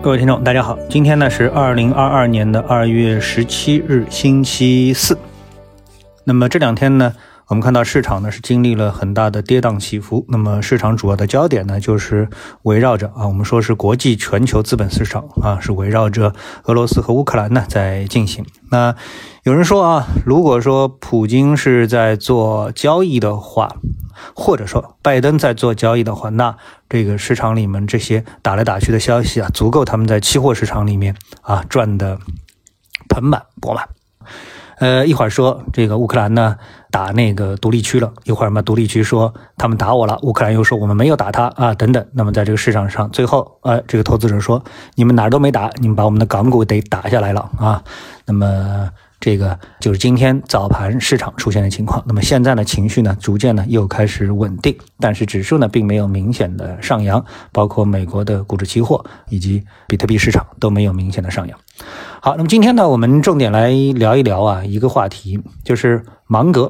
各位听众大家好，今天呢是2022年的2月17日星期四。那么这两天呢，我们看到市场呢是经历了很大的跌宕起伏。那么市场主要的焦点呢就是围绕着我们说是国际全球资本市场是围绕着俄罗斯和乌克兰呢在进行。那有人说如果说普京是在做交易的话，或者说拜登在做交易的话，那这个市场里面这些打来打去的消息足够他们在期货市场里面赚得盆满钵满。一会儿说这个乌克兰呢打那个独立区了，一会儿嘛独立区说他们打我了，乌克兰又说我们没有打他等等。那么在这个市场上，最后这个投资者说你们哪儿都没打，你们把我们的港股得打下来了那么这个就是今天早盘市场出现的情况。那么现在呢情绪呢逐渐呢又开始稳定，但是指数呢并没有明显的上扬，包括美国的股指期货以及比特币市场都没有明显的上扬。好，那么今天呢我们重点来聊一聊一个话题，就是芒格。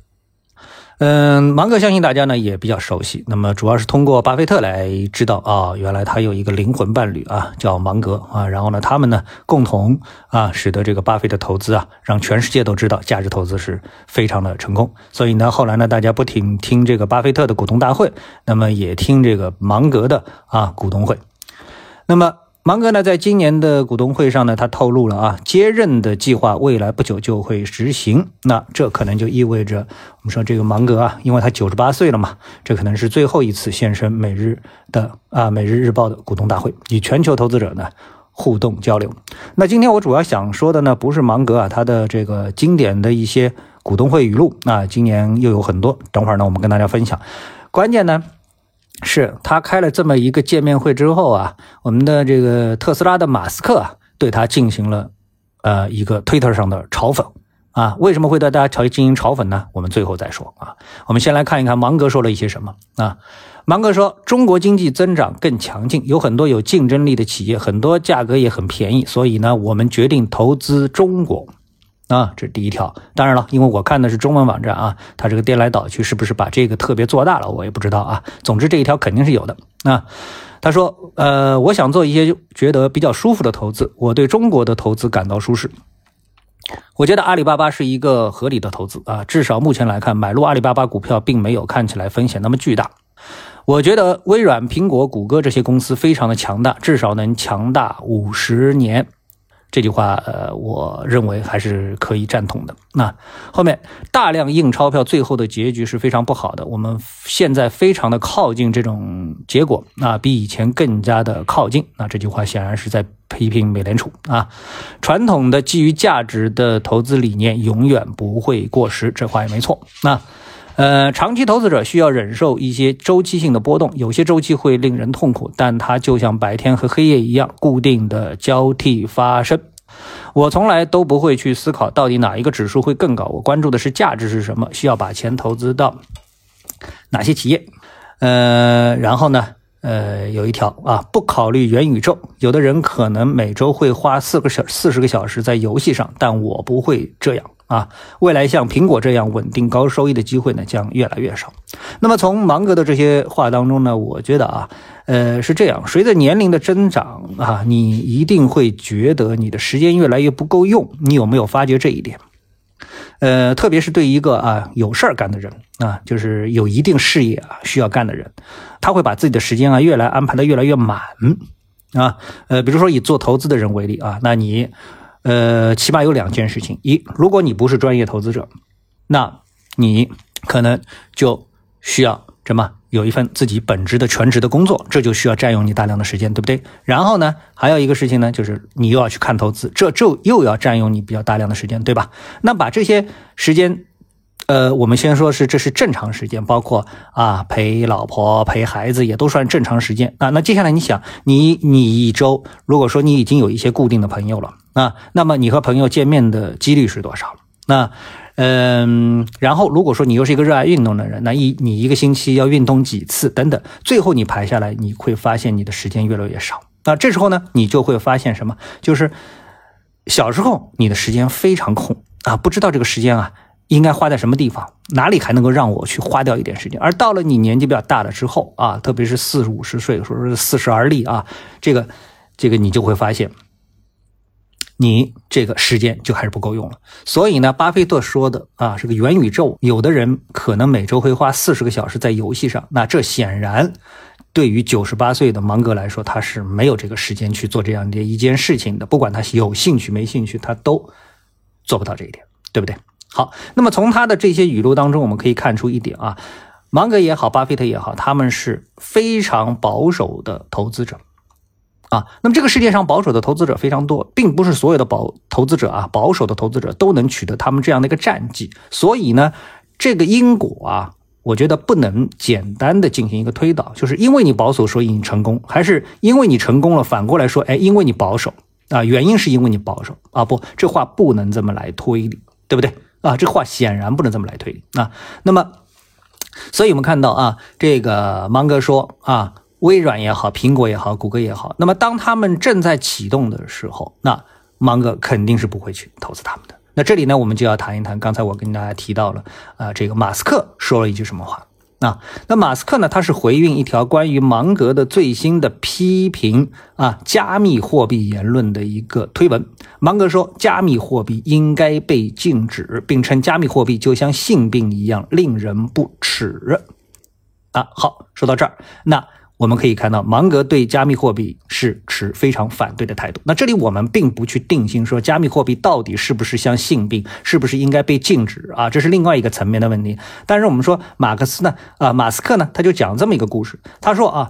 芒格相信大家呢也比较熟悉，那么主要是通过巴菲特来知道原来他有一个灵魂伴侣叫芒格然后呢他们呢共同使得这个巴菲特投资让全世界都知道价值投资是非常的成功。所以呢后来呢大家不仅听这个巴菲特的股东大会，那么也听这个芒格的股东会。那么芒格呢在今年的股东会上呢，他透露了接任的计划未来不久就会实行。那这可能就意味着我们说这个芒格因为他98岁了嘛，这可能是最后一次现身每日日报的股东大会，与全球投资者呢互动交流。那今天我主要想说的呢不是芒格他的这个经典的一些股东会语录今年又有很多，等会儿呢我们跟大家分享。关键呢是他开了这么一个见面会之后我们的这个特斯拉的马斯克对他进行了一个 Twitter 上的嘲讽为什么会对大家进行嘲讽呢？我们最后再说我们先来看一看芒格说了一些什么芒格说中国经济增长更强劲，有很多有竞争力的企业，很多价格也很便宜，所以呢我们决定投资中国这是第一条。当然了，因为我看的是中文网站他这个颠来倒去是不是把这个特别做大了我也不知道总之这一条肯定是有的他说我想做一些觉得比较舒服的投资，我对中国的投资感到舒适。我觉得阿里巴巴是一个合理的投资至少目前来看，买入阿里巴巴股票并没有看起来风险那么巨大。我觉得微软、苹果、谷歌这些公司非常的强大，至少能强大50年。这句话我认为还是可以赞同的。那后面大量印钞票最后的结局是非常不好的，我们现在非常的靠近这种结果比以前更加的靠近。那这句话显然是在批评美联储传统的基于价值的投资理念永远不会过时，这话也没错。长期投资者需要忍受一些周期性的波动，有些周期会令人痛苦，但它就像白天和黑夜一样固定的交替发生。我从来都不会去思考到底哪一个指数会更高，我关注的是价值是什么，需要把钱投资到哪些企业。然后呢有一条不考虑元宇宙，有的人可能每周会花40个小时在游戏上，但我不会这样未来像苹果这样稳定高收益的机会呢将越来越少。那么从芒格的这些话当中呢，我觉得是这样，随着年龄的增长你一定会觉得你的时间越来越不够用，你有没有发觉这一点？特别是对一个有事儿干的人就是有一定事业需要干的人，他会把自己的时间安排得越来越满比如说以做投资的人为例那你起码有2件事情。一，如果你不是专业投资者，那你可能就需要有一份自己本职的全职的工作，这就需要占用你大量的时间，对不对？然后呢还有一个事情呢，就是你又要去看投资，这就又要占用你比较大量的时间，对吧？那把这些时间我们先说这是正常时间，包括陪老婆陪孩子也都算正常时间那接下来你想你一周如果说你已经有一些固定的朋友了那么你和朋友见面的几率是多少？然后如果说你又是一个热爱运动的人，那你一个星期要运动几次等等，最后你排下来你会发现你的时间越来越少。那这时候呢你就会发现什么？就是小时候你的时间非常空不知道这个时间应该花在什么地方，哪里还能够让我去花掉一点时间。而到了你年纪比较大了之后特别是40、50岁，说是40而立这个这个你就会发现你这个时间就还是不够用了。所以呢，巴菲特说的啊，是个元宇宙，有的人可能每周会花40个小时在游戏上，那这显然对于98岁的芒格来说，他是没有这个时间去做这样的一件事情的，不管他有兴趣没兴趣，他都做不到这一点，对不对？好，那么从他的这些语录当中，我们可以看出一点啊，芒格也好，巴菲特也好，他们是非常保守的投资者啊。那么这个世界上保守的投资者非常多，并不是所有的保守的投资者都能取得他们这样的一个战绩。所以呢，这个因果啊，我觉得不能简单的进行一个推导，就是因为你保守所以你成功，还是因为你成功了反过来说，因为你保守啊，原因是因为你保守啊，不，这话不能这么来推理，对不对啊？这话显然不能这么来推理啊。那么所以我们看到啊，这个芒格说啊，微软也好，苹果也好，谷歌也好，那么当他们正在启动的时候，那芒格肯定是不会去投资他们的。那这里呢，我们就要谈一谈刚才我跟大家提到了这个马斯克说了一句什么话啊？那马斯克呢，他是回应一条关于芒格的最新的批评加密货币言论的一个推文。芒格说，加密货币应该被禁止，并称加密货币就像性病一样令人不齿啊。好，说到这儿，那我们可以看到芒格对加密货币是持非常反对的态度。那这里我们并不去定性说加密货币到底是不是像性病，是不是应该被禁止啊，这是另外一个层面的问题。但是我们说马斯克呢，他就讲这么一个故事。他说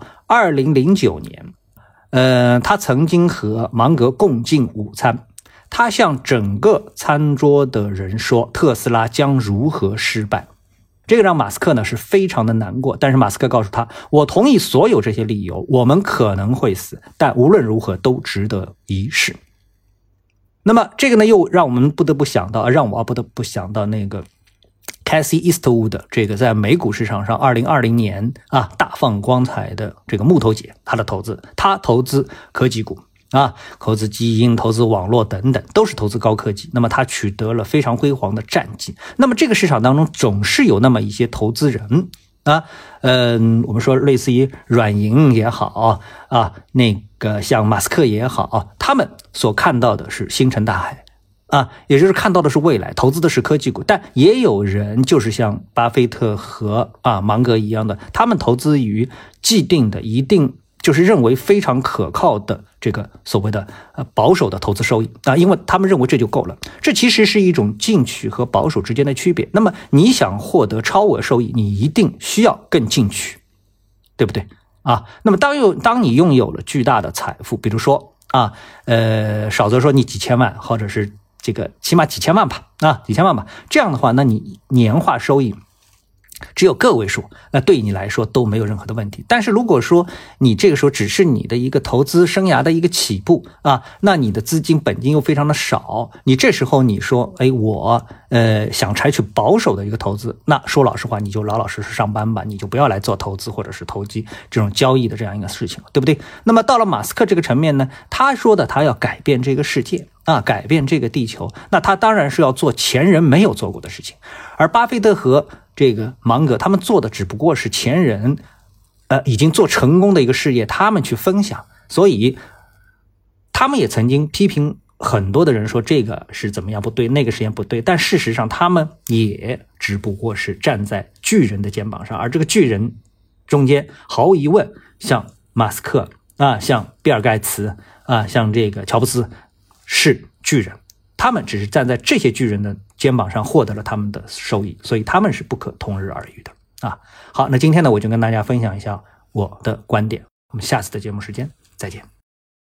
2009年他曾经和芒格共进午餐，他向整个餐桌的人说特斯拉将如何失败。这个让马斯克呢是非常的难过，但是马斯克告诉他，我同意所有这些理由，我们可能会死，但无论如何都值得一试。那么这个呢又让我不得不想到那个 Casey Eastwood 这个在美股市场上2020年大放光彩的这个木头姐，他投资科技股投资基因，投资网络等等，都是投资高科技。那么他取得了非常辉煌的战绩。那么这个市场当中总是有那么一些投资人我们说类似于软银也好那个像马斯克也好他们所看到的是星辰大海也就是看到的是未来，投资的是科技股。但也有人就是像巴菲特和芒格一样的，他们投资于既定的一定就是认为非常可靠的这个所谓的保守的投资收益因为他们认为这就够了。这其实是一种进取和保守之间的区别。那么你想获得超额收益，你一定需要更进取，对不对那么当你拥有了巨大的财富，比如说少则说你几千万，或者是这个起码几千万吧这样的话，那你年化收益只有个位数，那对你来说都没有任何的问题。但是如果说你这个时候只是你的一个投资生涯的一个起步那你的资金本金又非常的少，你这时候你说我想采取保守的一个投资，那说老实话，你就老老实实上班吧，你就不要来做投资或者是投机这种交易的这样一个事情，对不对？那么到了马斯克这个层面呢，他说的他要改变这个世界改变这个地球，那他当然是要做前人没有做过的事情。而巴菲特和这个芒格他们做的只不过是前人已经做成功的一个事业，他们去分享。所以他们也曾经批评很多的人说这个是怎么样不对，那个实验不对，但事实上他们也只不过是站在巨人的肩膀上，而这个巨人中间毫无疑问像马斯克像比尔盖茨像这个乔布斯是巨人，他们只是站在这些巨人的肩膀上获得了他们的收益，所以他们是不可同日而语的好，那今天呢我就跟大家分享一下我的观点，我们下次的节目时间再见。